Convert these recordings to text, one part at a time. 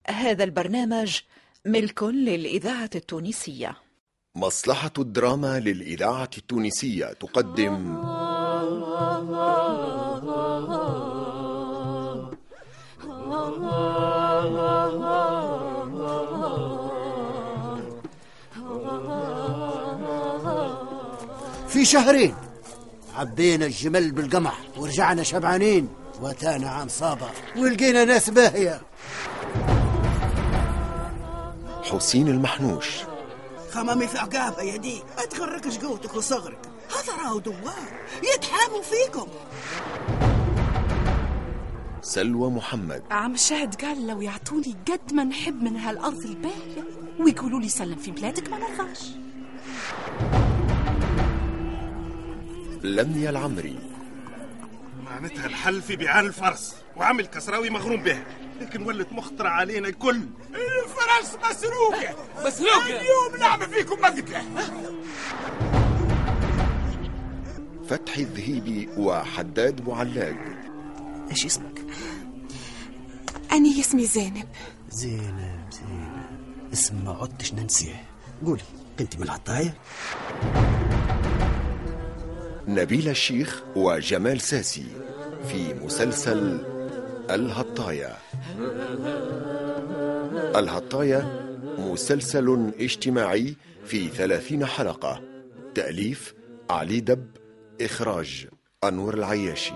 هذا البرنامج ملك للإذاعة التونسية. مصلحة الدراما للإذاعة التونسية تقدم في شهرين عبينا الجمل بالقمح ورجعنا شبعانين، واتانا عام صابر ولقينا ناس باهية. حسين المحنوش. خمامي في عقابة يا دي، ما تغركش قوتك وصغرك، هذا راهو دوار يتحاموا فيكم. سلوى محمد. عم شاهد قال لو يعطوني قد ما نحب من هالأرض الباهية ويقولوا لي سلم في بلادك ما نرضاش. لميا العمري. معناتها الحل في بيعان الفرس وعمل كسراوي مغروم به، لكن ولت مخطرة علينا الكل. الفرس مسروقة اليوم نعمل فيكم مقتلة. فتحي الذهيبي وحداد معلاق. ايش اسمك؟ أنا اسمي زينب. زينب اسم ما عدتش ننسيه. قولي انت من العطاية؟ نبيل الشيخ وجمال ساسي في مسلسل الهطاية. الهطاية مسلسل اجتماعي في 30 حلقة، تأليف علي دب، إخراج أنور العياشي.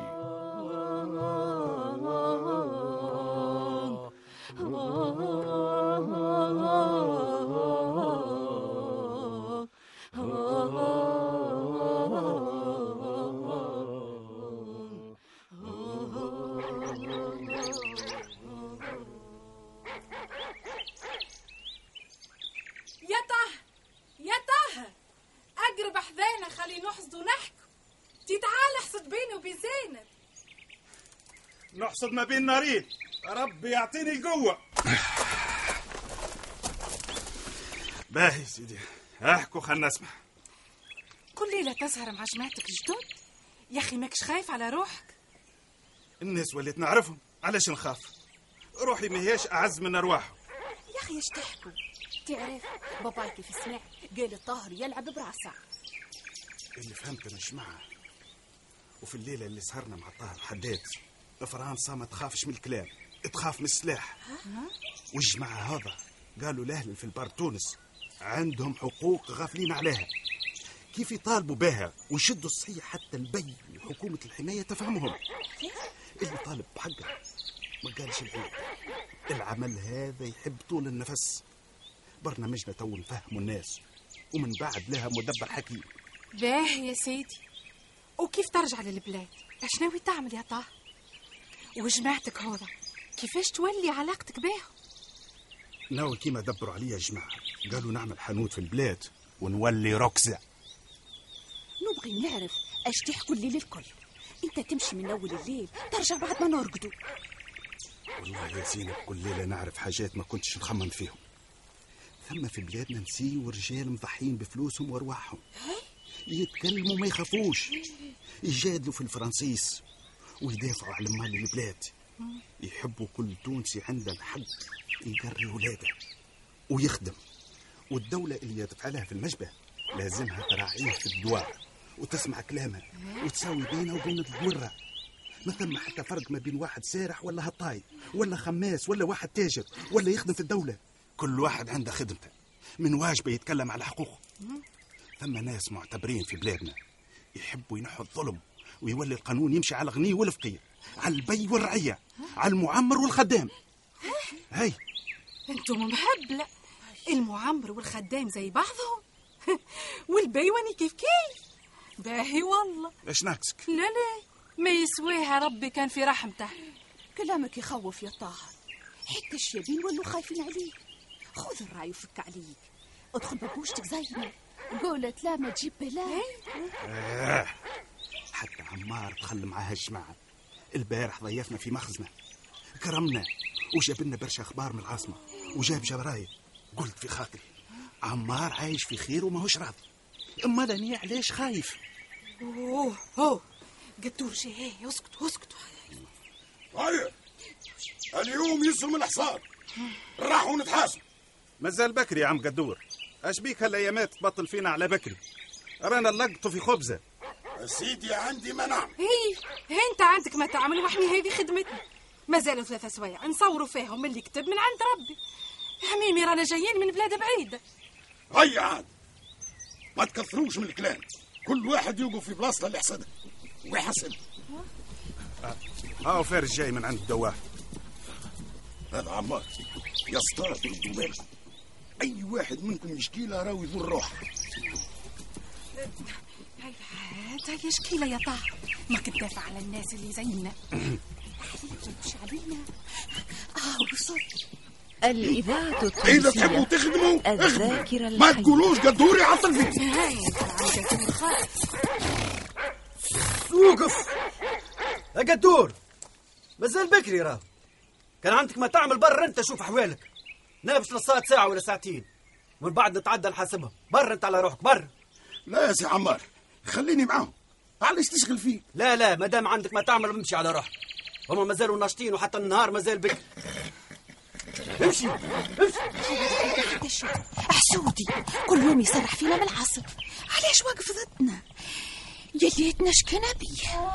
يا طه أقرب حذينا خلي نحصد ونحكوا. تعال احصد بيني وبين زينب. نحصد ما بين نارين، ربي يعطيني القوة. باهي سيدي، احكوا خلنا نسمع. كل ليلة تسهر مع جماعتك جدد؟ يا أخي ماكش خايف على روحك؟ الناس وليت نعرفهم، علاش نخاف؟ روحي مهياش أعز من أرواحهم. يا أخي ايش تحكوا؟ تعرف باباكي في السماع قال الطاهر يلعب براسه. اللي فهمت انا جماعة، وفي الليلة اللي سهرنا مع طاهر حداد، فرنسا ما تخافش من الكلام، تخاف من السلاح. والجماعة هذا قالوا لأهل في البار تونس عندهم حقوق غافلين عليها، كيف يطالبوا بها ويشدوا الصحيح حتى البي وحكومة الحماية تفهمهم. اللي طالب بحقه ما قالش العيب، العمل هذا يحب طول النفس. برنامجنا تو نفهموا الناس ومن بعد لها مدبر حكيم. باهي يا سيدي، وكيف ترجع للبلاد؟ اش ناوي تعمل يا طه؟ وجماعتك هذا كيفاش تولي علاقتك بيهم؟ ناوي كيما دبروا عليا يا جماعة، قالوا نعمل حانوت في البلاد ونولي ركزة. نبغي نعرف اش تحكوا الليل الكل. انت تمشي من اول الليل ترجع بعد ما نرقدوا. والله يا زينب كل ليلة نعرف حاجات ما كنتش نخمم فيهم. ثم في بلادنا نسيوا رجال مضحين بفلوسهم وارواحهم، يتكلموا ما يخافوش، يجادلوا في الفرنسيس ويدافعوا على مال البلاد. يحبوا كل تونسي عنده الحق يقري ولاده ويخدم، والدولة اللي يتفعلها في المشبه لازمها تراعيه في الدواء وتسمع كلامه وتساوي بينه وبين الضرة. ما ثم حتى فرق ما بين واحد سارح ولا هطاي ولا خماس ولا واحد تاجر ولا يخدم في الدولة. كل واحد عنده خدمته، من واجبه يتكلم على حقوقه. ثم ناس معتبرين في بلادنا يحبوا ينحوا الظلم ويولي القانون يمشي على الغني والفقير، على البي والرعية، على المعمر والخدام. هاي انتم مهبلة، المعمر والخدام زي بعضهم والبي واني كيف باهي والله. ايش ناقصك؟ لا ما يسويها، ربي كان في رحمته. كلامك يخوف يا طاهر، حتى الشابين ولوا خايفين عليك. خذ الراي وفك عليك، ادخل ببوشتك زينب، قولت لا ما تجيب بلا. حتى عمار دخل معاها الجماعة البارح، ضيفنا في مخزنه، كرمنا وجاب لنا برشا اخبار من العاصمة وجاب جرايد. قلت في خاطري عمار عايش في خير وما هوش راضي، اما دنيا علاش خايف؟ اوه قدور شي. اسكتوا هيا اليوم يسلم الحصان. راحوا نتحاسب. مازال بكري يا عم قدور، اش بيك هالايامات تبطل فينا على بكري؟ رانا نلقطوا في خبزه. سيدي عندي ما نعمل. هي انت عندك ما تعمل، واحنا هذه خدمتنا. مازالوا 3 سوايع نصوروا فيهم اللي كتب من عند ربي. حميمي رانا جايين من بلاد بعيده. هيا عاد ما تكثروش من الكلام، كل واحد يوقف في بلاصته اللي حسدها ويحسن. فارس جاي من عند الدواح. هذا عمار يصطاد الدوام. اي واحد منكم يشكيله راهو يضر روحه. هاي شكيله يا طه، ما كنت دافع على الناس اللي زينا. مش علينا. وصل الإذاعة إذا التونسية. تحبوا تخدموا الذاكرة ما الحية. تقولوش قدوري عطل فيه. وقف يا قدور، مازال بكري راه. كان عندك ما تعمل برا انت، شوف احوالك. نابش للصات ساعة ولا ساعتين ومن بعد نتعدى نحاسبها. برا انت على روحك برا. لا يا سي عمار خليني معاهم، علاش تشغل فيه؟ لا ما دام عندك ما تعمل امشي على روحك. هما مازالوا ناشطين وحتى النهار مازال بكري. امشي. حسودي كل يوم يصرح فينا بالعصر. علاش واقف ضدنا؟ يا ليتنا شكنا بيه.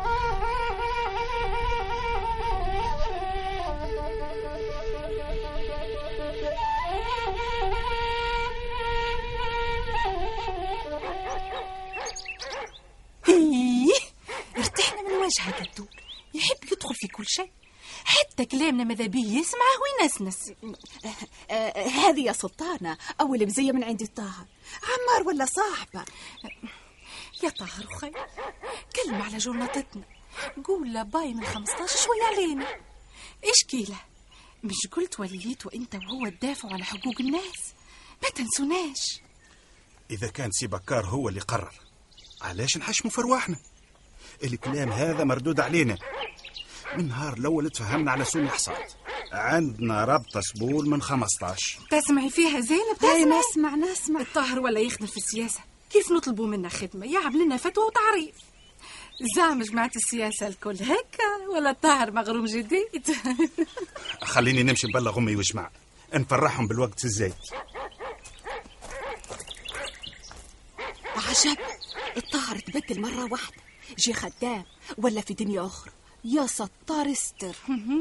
ارتحنا من وجهك الدول، يحب يدخل في كل شيء، حتى كلامنا ماذا بيه يسمعه وينسنس. هذه يا سلطانة أول مزية من عندي الطاهر. عمار ولا صاحبة؟ يا طاهر خير، كلم على جرنطتنا، قول له باي من 15 شوية علينا. ايش كيله؟ مش قلت وليت وانت وهو تدافعوا على حقوق الناس؟ ما تنسوناش. اذا كان سي بكار هو اللي قرر، علاش نحشموا في رواحنا؟ الكلام هذا مردود علينا. من نهار الاول تفهمنا على سوني حصاد، عندنا ربط سبول من 15. تسمعي فيها زينب؟ نسمع. الطاهر ولا يخدم في السياسة، كيف نطلبوا منه خدمة يعمل لنا فتوى وتعريف؟ زعم جماعة السياسة الكل هكا ولا الطاهر مغروم جديد؟ خليني نمشي نبلغ امي وجماعة نفرحهم بالوقت الزايد. عجب، الطاهر تبدل مرة واحدة، جي خدام ولا في دنيا أخرى. يا ستار استر.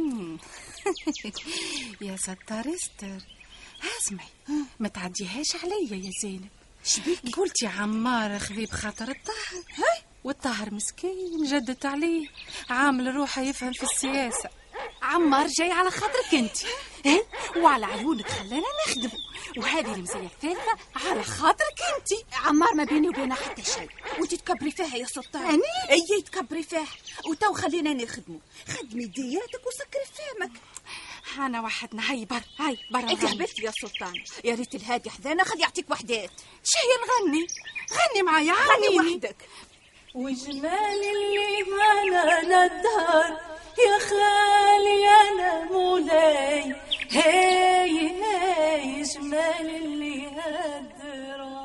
يا ستار استر. اسمعي، ما تعديهاش عليا يا زينب. شبيك؟ قلت يا عمار خذي بخاطر الطاهر، والطاهر مسكين جدت عليه، عامل روحه يفهم في السياسة. عمار جاي على خاطرك انت، وعلى عيونك خلانا نخدم، وهذه المزية الثالثة على خاطرك انت. عمار ما بيني وبينه حتى شيء، وانت تكبري فيها يا سلطان. اي تكبري فيها، وتو خلينا نخدموا. خدمي دياتك وسكري فهمك. انا وحدنا. هاي برا انت هبلتي يا سلطان. يا ريت الهادي حذانا خذ يعطيك وحدات. شهي غني معايا، غني وحدك. وجمال اللي معنا الدهر يا خالي انا مولاي. هاي جمال اللي هدرا.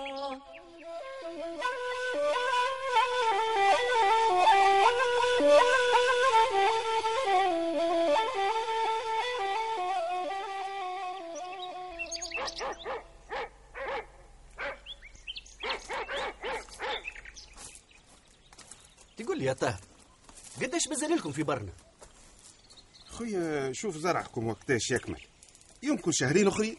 تقول لي يا طاهر قداش بزل لكم في برنا؟ خويا شوف زرعكم وقتاش يكمل، يمكن شهرين اخرين.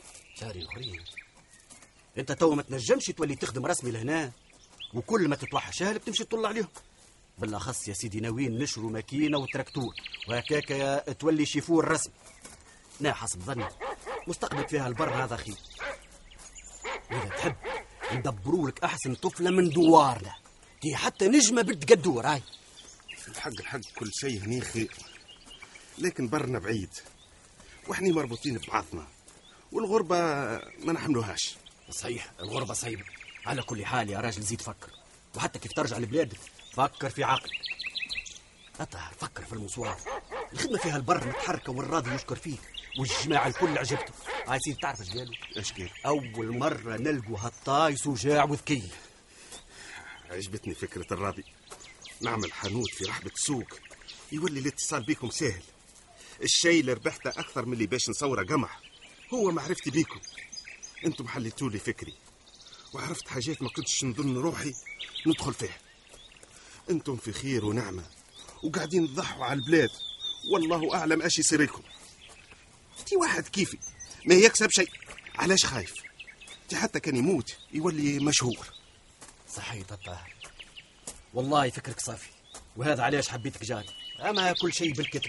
انت تو ما تنجمش تولي تخدم رسمي لهنا، وكل ما تتوحش اهلك تمشي تطل عليهم. بالاخص يا سيدي ناويين نشروا ماكينه وتراكتور وهكاك تولي شيفور رسمي. لا حسب ظني مستقبلك فيها البر هذا خير. اذا تحب ندبروا لك احسن طفله من دوارنا، دي حتى نجمه بنت قدور. هاي في الحق كل شيء هني خير، لكن برنا بعيد واحنا مربوطين ببعضنا، والغربه ما نحملوهاش. صحيح الغربه صعيبه. على كل حال يا راجل زيد فكر، وحتى كيف ترجع لبلادك فكر في عقلك. أطهر فكر في المصوار، الخدمه فيها البر متحركه والراضي يشكر فيه، والجماعه الكل عجبته. هاي سيدي تعرف ايش قالوا؟ ايش قال؟ اول مره نلقوا هالطايس وجاع وذكي. عجبتني فكره الراضي، نعمل حانوت في رحبه السوق، يولي الاتصال بيكم سهل. الشيء اللي ربحته أكثر من اللي باش نصوره قمح هو معرفتي بيكم. أنتم حليتوا لي فكري وعرفت حاجات ما كنتش نظن روحي ندخل فيها. أنتم في خير ونعمة وقاعدين تضحوا على البلاد، والله أعلم أش يصير لكم. في واحد كيفي ما يكسب شيء، علاش خايف؟ حتى كان يموت يولي مشهور. صحيح الطاهر، والله فكرك صافي، وهذا علاش حبيتك جاري. أما كل شيء بالكتب.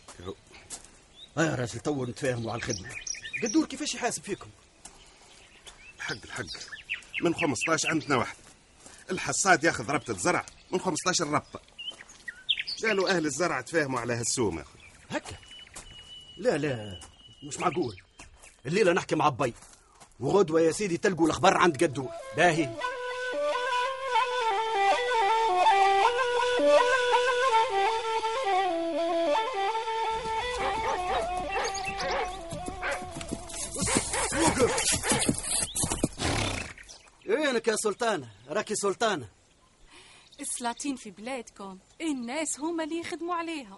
يا راجل تو نتفاهموا على الخدمة. قدور كيفاش يحاسب فيكم؟ الحق من 15 عندنا واحد. الحصاد ياخذ ربطة زرع من 15 ربطة. قالوا أهل الزرع تفاهموا على هالسومة. هكا؟ لا مش معقول. الليلة نحكي مع بي، وغدوة يا سيدي تلقوا الأخبار عند قدور. باهي. وينك يا سلطانة؟ راكي سلطانة. السلاطين في بلادكم الناس هما اللي يخدموا عليها.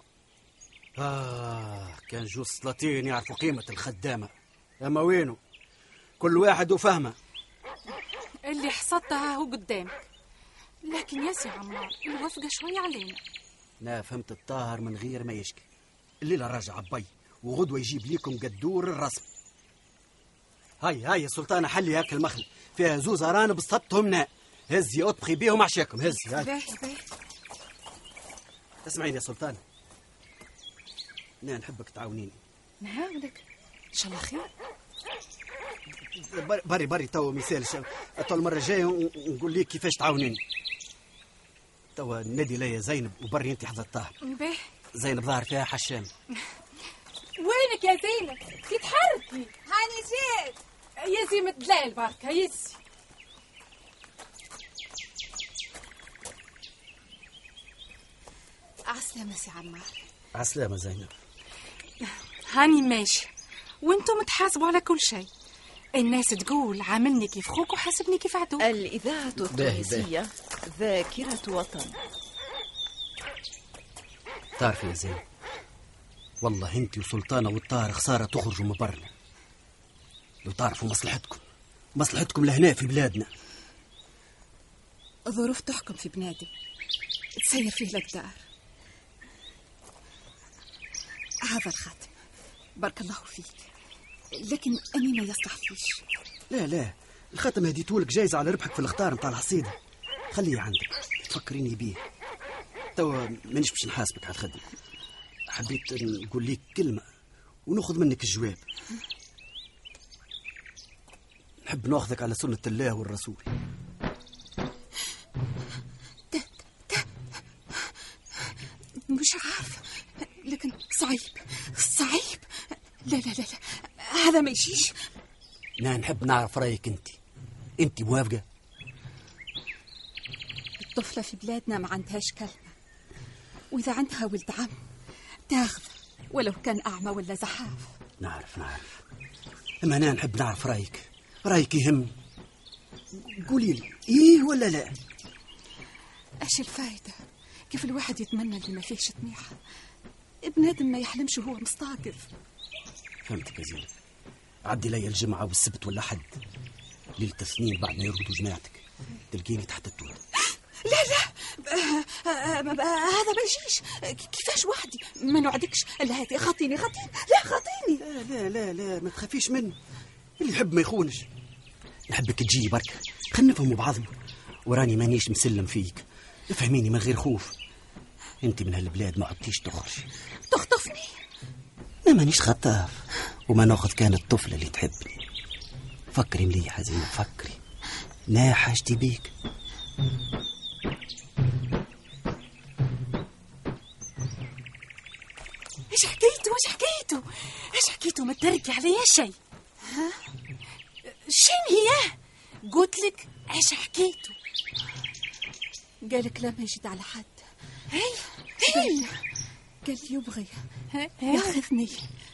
كان جوز سلاطين يعرفوا قيمة الخدامة. أما وينو؟ كل واحد وفهمه. اللي حصدتها هو قدامك، لكن يا سي عمار الوفقة شوية علينا. لا فهمت الطاهر من غير ما يشكي. الليلة راجع بي، وغدوة يجيب ليكم قدور الرسم. هاي يا سلطانة، حلي هاك المخل فيها زوز أرانب صبتهم ناء. هزي اطبخي بيهم عشاكم. هزي باهي. اسمعيني يا سلطانة، أنا نحبك تعاونيني. نعاونك إن شاء الله خير. بري تو مثال تو المرة الجاية ونقول لك كيفاش تعاونيني. تو نادي ليا زينب وبري انت حضرت الطاهر. باهي. زينب ظاهر فيها حشام. وينك يا زينب؟ تتحركي. هاني جيت يا زينب دلال بركة يسي. عسلامة سي عمار. عسلامة زينب. هاني ماشي، وانتم تحاسبوا على كل شيء. الناس تقول عاملني كيف خوك وحاسبني كيف عدو. الإذاعة التونسية ذاكرة وطن. تعرفي يا زينب، والله انت وسلطانة والطاهر خسارة تخرجوا من برنا. لو تعرفوا مصلحتكم لهنا في بلادنا. ظروف تحكم في بنادم تسير فيه الأقدار. هذا الخاتم بارك الله فيك، لكن أني ما يصلحليش. لا الخاتم هديتهولك جايزة على ربحك في الاختار متاع الحصيدة. خليه عندك تفكريني بيه. توا مانيش باش نحاسبك على الخدمة. حبيت نقول لك كلمة وناخذ منك الجواب. نحب ناخذك على سنة الله والرسول. مش عارف، لكن صعيب. لا هذا ما يجيش. نحب نعرف رأيك انت موافقة؟ الطفلة في بلادنا ما عندهاش كلمة، وإذا عندها ولد عم تاخذ ولو كان أعمى ولا زحاف. نعرف أما أنا نحب نعرف رأيك يهم. قولي لي إيه ولا لا؟ ايش الفايدة؟ كيف الواحد يتمنى اللي ما فيهش طميحة؟ ابن آدم ما يحلمش وهو مستاقف. فهمتك يا زينب. عدي لي الجمعة والسبت ولا حد ليلة السنين بعد ما يرقدوا جماعتك تلقيني تحت التوت. لا هذا ما يجيش. كيفاش وحدي؟ ما نوعدكش. لا هاتي خطيني. لا خطيني. لا ما تخافيش مني. اللي يحب ما يخونش. نحبك تجيني بركة، خلينا نفهموا بعضنا. وراني مانيش مسلم فيك، افهميني من غير خوف. انت من هالبلاد ما عدتيش تخرجي. تخطفني؟ ما مانيش خطاف، وما ناخذ كانت الطفلة اللي تحبني. فكري مليح يا زينب، فكري. لا حاجتي بيك. ايش حكيتوا ما ترجع عليا شيء. شين هي؟ قلت لك ايش حكيتوا؟ قالك لا ما يجد على حد. هي قال لي يبغي ياخذني.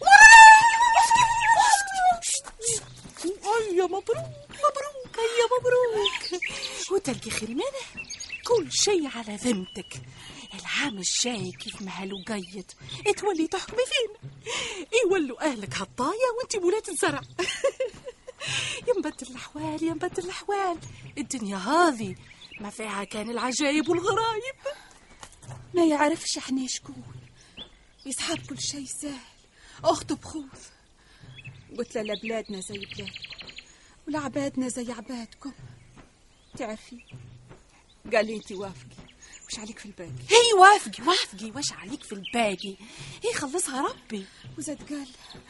يا مبروك يا مبروك. وتلقي خير منه. كل شيء على ذمتك. العام الجاي كيف ما هالوقيت تولي تحكمي فينا، يولوا اهلك هالطايه وانتي مولات الزرع. ينبدل الأحوال ينبدل الأحوال، الدنيا هذه ما فيها كان العجائب والغرايب. ما يعرفش احنا شكون يسحب كل شيء سهل. أخت بخوث قلت له لا بلادنا زي بلادكم ولا عبادنا زي عبادكم. تعرفي قال لي انتي وافقي، وش عليك في الباقي؟ هي وافقي وش عليك في الباقي؟ هي خلصها ربي. وزاد قال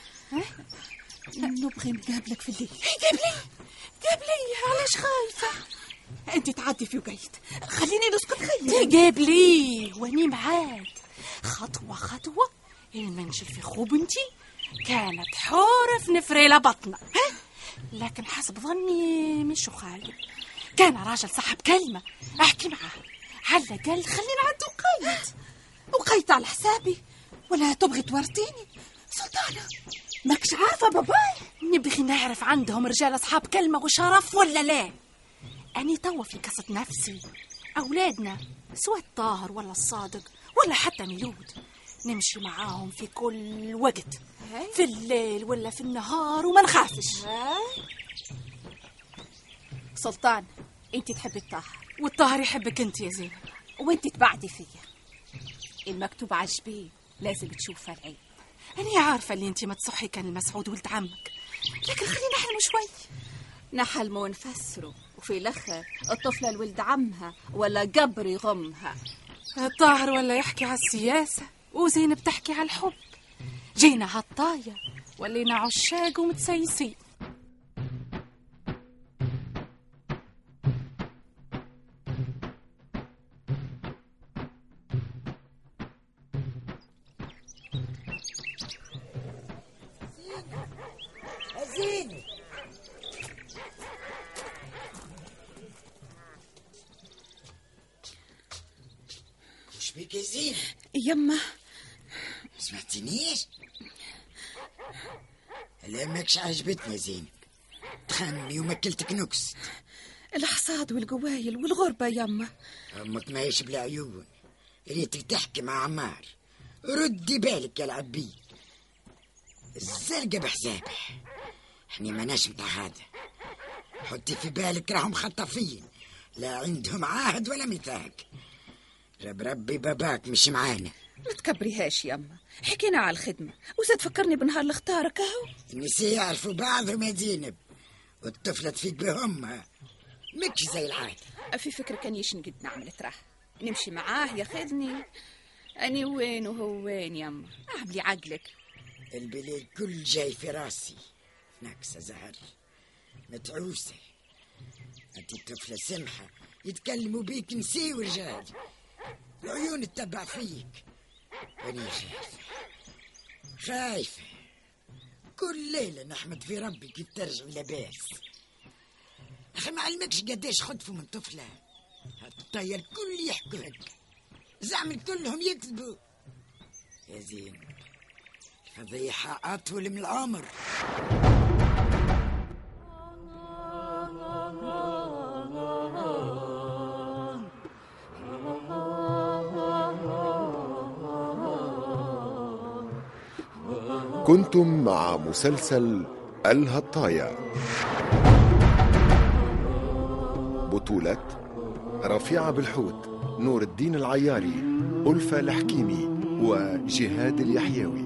نبغي نقابلك في الليل. قابلي علاش خايفة؟ انت تعدي في وقيت، خليني نسكت. قابلي واني معاك خطوة المنشل في خوب انتي كانت حورة في نفريلة بطنة، لكن حسب ظني مش خالد كان راجل صاحب كلمة. احكي معاه على قال خلينا عند وقيت على حسابي ولا تبغي تورطيني؟ سلطانة ماكش عارفة باباي؟ نبغي نعرف عندهم رجال أصحاب كلمة وشرف ولا لا. أني توا في قصة نفسي أولادنا سواء الطاهر ولا الصادق ولا حتى ميلود نمشي معاهم في كل وقت، في الليل ولا في النهار وما نخافش. سلطان انت تحبي الطاهر والطاهر يحبك انت يا زينب، وانت تبعدي فيا. المكتوب عجبيه لازم تشوفها العين. أنا عارفة اللي انت ما تصحي كان المسعود ولد عمك، لكن خلينا نحلم شوي. نحلم ونفسروا، وفي الأخر الطفلة الولد عمها ولا قبر يغمها. الطاهر ولا يحكي على السياسة وزينب تحكي على الحب. جينا هالطاية ولينا عشاق ومتسيسين. زين وش بيك يا زين؟ يما سمعتنيش؟ لا ماكش عجبتني زينب، تخني وماكلتك نكس. الحصاد والقوايل والغربة يما. امك ماهيش بلا عيون، ريتك تحكي مع عمار. ردي بالك يا العبي، الزرقة بحسابه، احنا ماناش متاع هذا. حطي في بالك راهم خطافين، لا عندهم عهد ولا ميثاق. ربي باباك مش معانا. ما تكبريهاش يما، حكينا على الخدمة وزاد فكرني بنهار اللي اختارك اهو. النساء يعرفوا بعضهم يا زينب، والطفلة تفيق بهمها مكش زي العادة. في فكرة كانيش نقد نعمل تراه نمشي معاه ياخذني. أني وين وهو وين يما، أعملي عقلك. البليل كل جاي في راسي، ناكسة زهر متعوسة. أنت طفلة سمحة يتكلموا بيك نسي ورجال، العيون تتبع فيك. وأني خايفة كل ليلة نحمد في ربي كيف ترجع لباس. أخي ما علمكش قديش خطفوا من طفلة. الطير الكل يحكوا هك، زعم كلهم يكذبوا. يا زين الفضيحة أطول من العمر. كنتم مع مسلسل الهطاية، بطولة رفيعة بالحوت، نور الدين العياري، ألفة الحكيمي، وجهاد اليحيوي.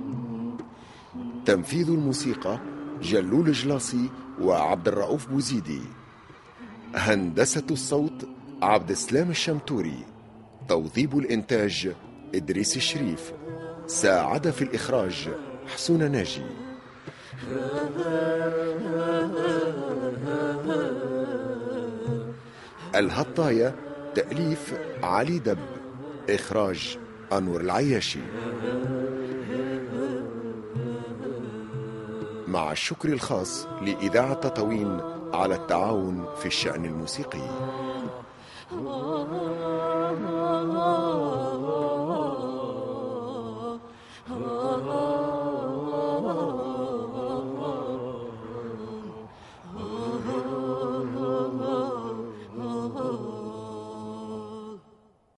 تنفيذ الموسيقى جلول جلاصي وعبد الرؤوف بوزيدي. هندسة الصوت عبد السلام الشمتوري. توظيب الإنتاج إدريس الشريف. ساعد في الإخراج حسون ناجي. الهطاية تأليف علي دب، إخراج أنور العياشي. مع الشكر الخاص لإذاعة تطاوين على التعاون في الشأن الموسيقي.